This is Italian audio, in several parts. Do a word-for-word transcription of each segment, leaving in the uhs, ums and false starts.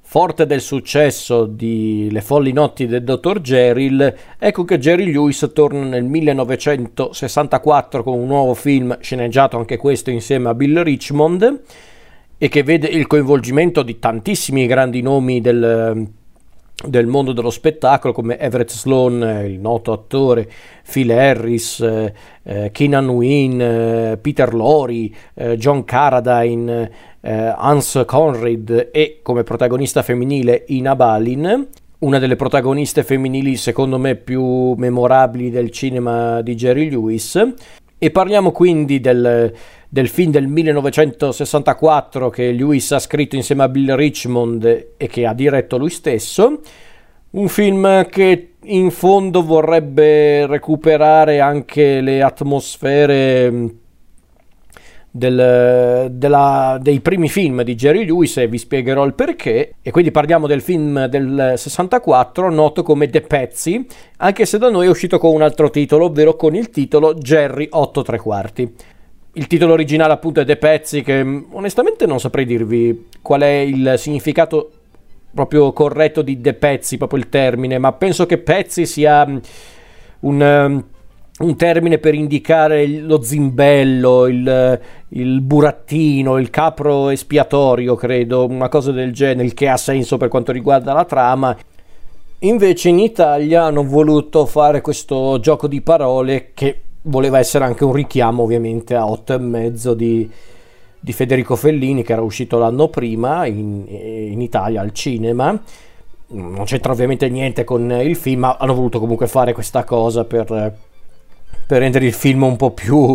Forte del successo di Le folli notti del dottor Jekyll, ecco che Jerry Lewis torna nel millenovecentosessantaquattro con un nuovo film sceneggiato anche questo insieme a Bill Richmond e che vede il coinvolgimento di tantissimi grandi nomi del, del mondo dello spettacolo come Everett Sloan, il noto attore, Phil Harris, eh, eh, Keenan Wynn, eh, Peter Lorre, eh, John Carradine, eh, Hans Conried e come protagonista femminile Ina Balin, una delle protagoniste femminili secondo me più memorabili del cinema di Jerry Lewis. E parliamo quindi del, del film del millenovecentosessantaquattro che Lewis ha scritto insieme a Bill Richmond e che ha diretto lui stesso. Un film che in fondo vorrebbe recuperare anche le atmosfere del, della, dei primi film di Jerry Lewis e vi spiegherò il perché. E quindi parliamo del film del sessantaquattro noto come The Patsy, anche se da noi è uscito con un altro titolo, ovvero con il titolo Jerry otto tre quarti. Il titolo originale appunto è The Patsy, che onestamente non saprei dirvi qual è il significato proprio corretto di The Patsy, proprio il termine, ma penso che Patsy sia un, un termine per indicare lo zimbello, il, il burattino, il capro espiatorio, credo, una cosa del genere, il che ha senso per quanto riguarda la trama. Invece in Italia hanno voluto fare questo gioco di parole che voleva essere anche un richiamo ovviamente a Otto e mezzo di di Federico Fellini, che era uscito l'anno prima in, in Italia al cinema. Non c'entra ovviamente niente con il film, ma hanno voluto comunque fare questa cosa per, per rendere il film un po' più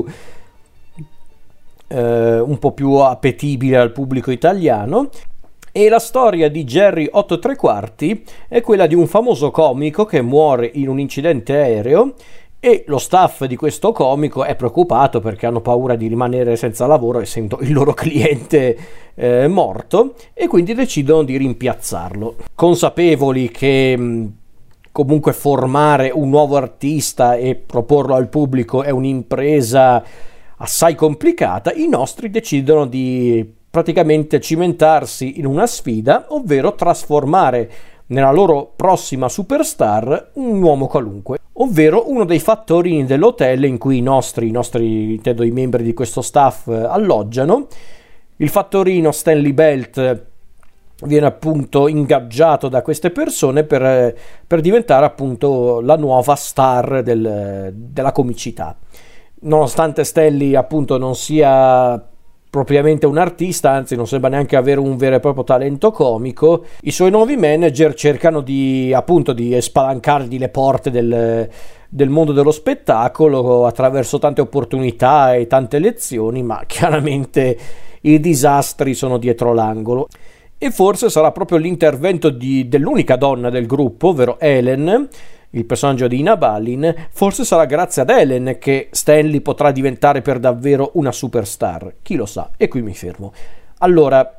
eh, un po' più appetibile al pubblico italiano. E la storia di Jerry otto tre quarti è quella di un famoso comico che muore in un incidente aereo e lo staff di questo comico è preoccupato perché hanno paura di rimanere senza lavoro essendo il loro cliente eh, morto, e quindi decidono di rimpiazzarlo. Consapevoli che mh, comunque formare un nuovo artista e proporlo al pubblico è un'impresa assai complicata, i nostri decidono di praticamente cimentarsi in una sfida, ovvero trasformare nella loro prossima superstar un uomo qualunque, ovvero uno dei fattorini dell'hotel in cui i nostri, i nostri, intendo i membri di questo staff, alloggiano. Il fattorino Stanley Belt viene appunto ingaggiato da queste persone per, per diventare appunto la nuova star del, della comicità. Nonostante Stanley appunto non sia propriamente un artista, anzi non sembra neanche avere un vero e proprio talento comico, i suoi nuovi manager cercano di appunto di spalancargli le porte del, del mondo dello spettacolo attraverso tante opportunità e tante lezioni, ma chiaramente i disastri sono dietro l'angolo. E forse sarà proprio l'intervento di, dell'unica donna del gruppo, ovvero Helen, il personaggio di Ina Balin. Forse sarà grazie ad Helen che Stanley potrà diventare per davvero una superstar, chi lo sa. E qui mi fermo. Allora,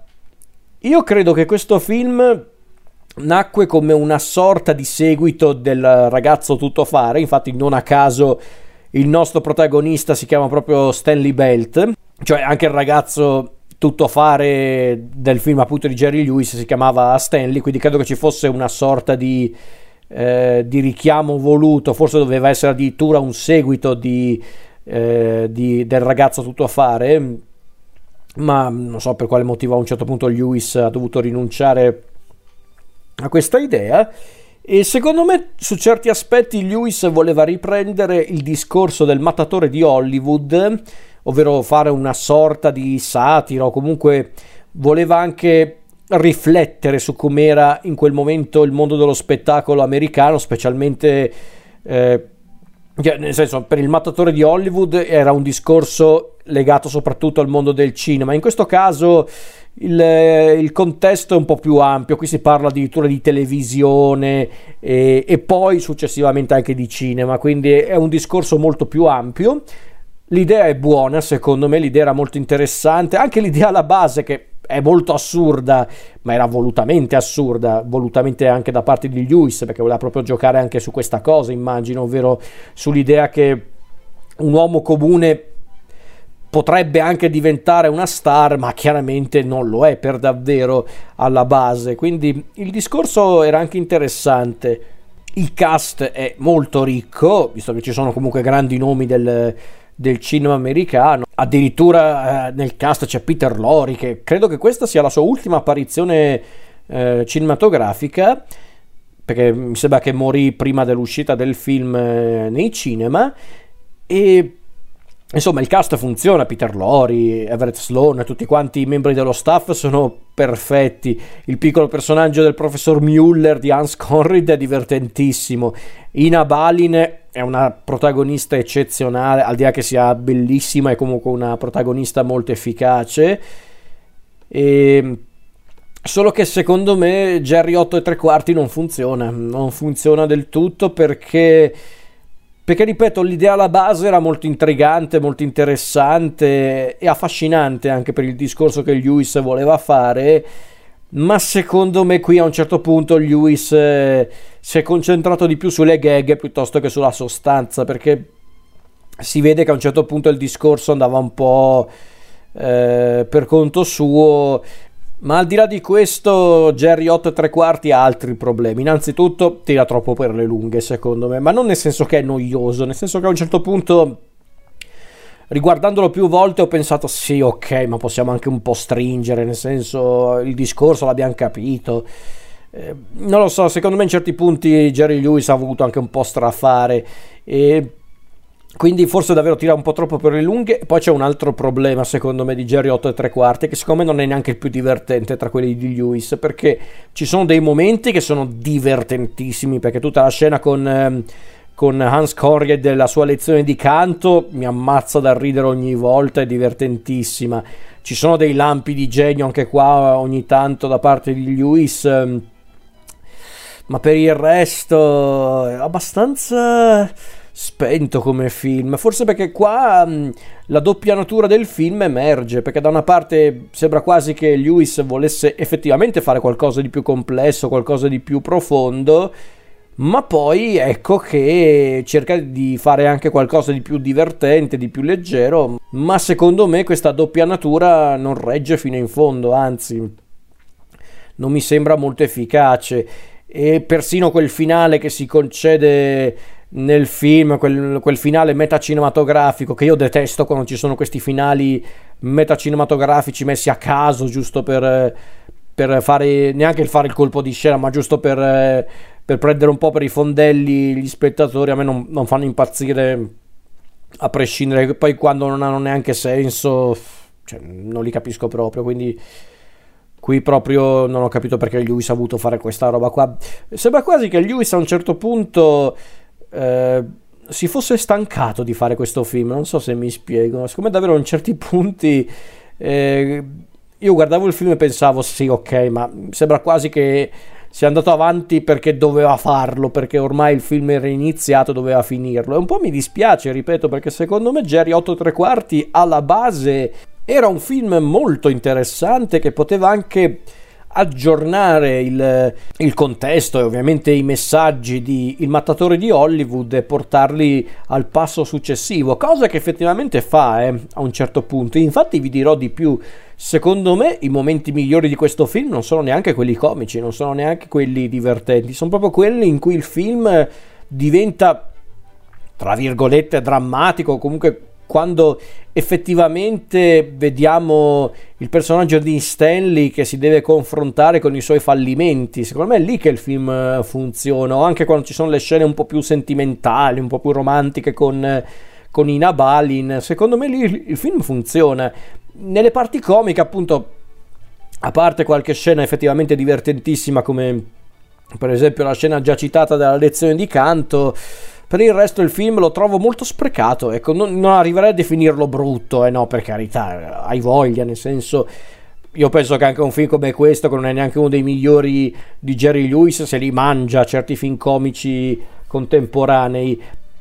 io credo che questo film nacque come una sorta di seguito del Ragazzo tuttofare, infatti non a caso il nostro protagonista si chiama proprio Stanley Belt, cioè anche il ragazzo tuttofare del film appunto di Jerry Lewis si chiamava Stanley, quindi credo che ci fosse una sorta di Eh, di richiamo voluto, forse doveva essere addirittura un seguito di, eh, di, del Ragazzo tuttofare, ma non so per quale motivo a un certo punto Lewis ha dovuto rinunciare a questa idea. E secondo me su certi aspetti Lewis voleva riprendere il discorso del mattatore di Hollywood, ovvero fare una sorta di satira, o comunque voleva anche riflettere su com'era in quel momento il mondo dello spettacolo americano, specialmente eh, nel senso, per il mattatore di Hollywood era un discorso legato soprattutto al mondo del cinema. In questo caso il, il contesto è un po' più ampio, qui si parla addirittura di televisione e, e poi successivamente anche di cinema, quindi è un discorso molto più ampio. L'idea è buona, secondo me l'idea era molto interessante, anche l'idea alla base che è molto assurda, ma era volutamente assurda, volutamente anche da parte di Lewis, perché voleva proprio giocare anche su questa cosa, immagino, ovvero sull'idea che un uomo comune potrebbe anche diventare una star, ma chiaramente non lo è per davvero alla base, quindi il discorso era anche interessante. Il cast è molto ricco, visto che ci sono comunque grandi nomi del, del cinema americano, addirittura eh, nel cast c'è Peter Lorre, che credo che questa sia la sua ultima apparizione eh, cinematografica, perché mi sembra che morì prima dell'uscita del film eh, nei cinema. E insomma il cast funziona, Peter Lorre, Everett Sloan, tutti quanti i membri dello staff sono perfetti. Il piccolo personaggio del professor Mueller di Hans Conried è divertentissimo. Ina Balin è una protagonista eccezionale, al di là che sia bellissima, è comunque una protagonista molto efficace. E solo che secondo me Jerry otto e tre quarti non funziona, non funziona del tutto perché... Perché, ripeto, l'idea alla base era molto intrigante, molto interessante e affascinante anche per il discorso che Lewis voleva fare, ma secondo me qui a un certo punto Lewis eh, si è concentrato di più sulle gag piuttosto che sulla sostanza, perché si vede che a un certo punto il discorso andava un po' eh, per conto suo. Ma al di là di questo, Jerry otto e tre quarti ha altri problemi. Innanzitutto tira troppo per le lunghe, secondo me, ma non nel senso che è noioso, nel senso che a un certo punto, riguardandolo più volte, ho pensato sì, ok, ma possiamo anche un po' stringere, nel senso, il discorso l'abbiamo capito. Eh, non lo so, secondo me in certi punti Jerry Lewis ha voluto anche un po' strafare e... Quindi forse davvero tira un po' troppo per le lunghe. Poi c'è un altro problema secondo me di Jerry otto e tre quarti, che secondo me non è neanche il più divertente tra quelli di Lewis, perché ci sono dei momenti che sono divertentissimi, perché tutta la scena con, ehm, con Hans Conried e la sua lezione di canto mi ammazza da ridere ogni volta, è divertentissima. Ci sono dei lampi di genio anche qua ogni tanto da parte di Lewis, ehm, ma per il resto è abbastanza... spento come film, forse perché qua mh, la doppia natura del film emerge, perché da una parte sembra quasi che Lewis volesse effettivamente fare qualcosa di più complesso, qualcosa di più profondo, ma poi ecco che cerca di fare anche qualcosa di più divertente, di più leggero, ma secondo me questa doppia natura non regge fino in fondo, anzi non mi sembra molto efficace. E persino quel finale che si concede nel film, quel, quel finale metacinematografico, che io detesto quando ci sono questi finali metacinematografici messi a caso giusto per, per fare, neanche il fare il colpo di scena, ma giusto per, per prendere un po' per i fondelli gli spettatori. A me non, non fanno impazzire a prescindere, poi quando non hanno neanche senso, cioè, non li capisco proprio, quindi qui proprio non ho capito perché Lewis ha voluto fare questa roba qua. Sembra quasi che Lewis a un certo punto eh, si fosse stancato di fare questo film, non so se mi spiego. Secondo me davvero in certi punti eh, io guardavo il film e pensavo sì, ok, ma sembra quasi che sia andato avanti perché doveva farlo, perché ormai il film era iniziato, doveva finirlo. E un po' mi dispiace, ripeto, perché secondo me Jerry otto e tre quarti alla base era un film molto interessante che poteva anche aggiornare il, il contesto e ovviamente i messaggi di Il mattatore di Hollywood e portarli al passo successivo, cosa che effettivamente fa eh, a un certo punto. Infatti vi dirò di più, secondo me i momenti migliori di questo film non sono neanche quelli comici, non sono neanche quelli divertenti, sono proprio quelli in cui il film diventa, tra virgolette, drammatico, comunque quando effettivamente vediamo il personaggio di Stanley che si deve confrontare con i suoi fallimenti. Secondo me è lì che il film funziona, o anche quando ci sono le scene un po' più sentimentali, un po' più romantiche con, con Ina Balin, secondo me lì il film funziona. Nelle parti comiche, appunto, a parte qualche scena effettivamente divertentissima, come per esempio la scena già citata della lezione di canto, per il resto il film lo trovo molto sprecato, ecco, non, non arriverei a definirlo brutto, eh no, per carità, hai voglia, nel senso, io penso che anche un film come questo, che non è neanche uno dei migliori di Jerry Lewis, se li mangia certi film comici contemporanei,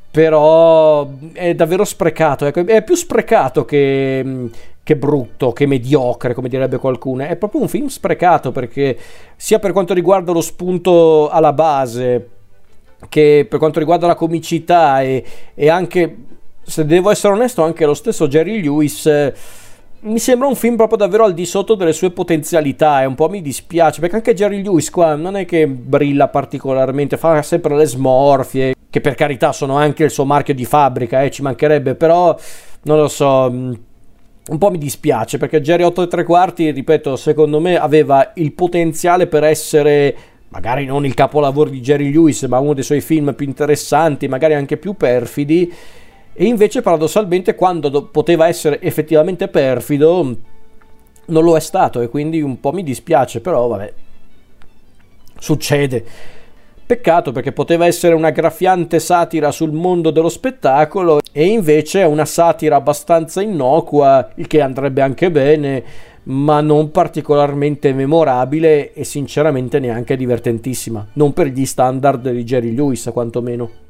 però è davvero sprecato, ecco, è più sprecato che, che brutto, che mediocre, come direbbe qualcuno. È proprio un film sprecato, perché sia per quanto riguarda lo spunto alla base, che per quanto riguarda la comicità e, e anche se devo essere onesto, anche lo stesso Jerry Lewis eh, mi sembra un film proprio davvero al di sotto delle sue potenzialità, e un po' mi dispiace, perché anche Jerry Lewis qua non è che brilla particolarmente, fa sempre le smorfie, che per carità sono anche il suo marchio di fabbrica, eh, ci mancherebbe, però non lo so, un po' mi dispiace, perché Jerry otto e tre quarti, ripeto, secondo me aveva il potenziale per essere magari non il capolavoro di Jerry Lewis, ma uno dei suoi film più interessanti, magari anche più perfidi, e invece paradossalmente quando do- poteva essere effettivamente perfido non lo è stato, e quindi un po' mi dispiace, però vabbè, succede. Peccato, perché poteva essere una graffiante satira sul mondo dello spettacolo, e invece è una satira abbastanza innocua, il che andrebbe anche bene, ma non particolarmente memorabile e sinceramente neanche divertentissima, non per gli standard di Jerry Lewis quantomeno.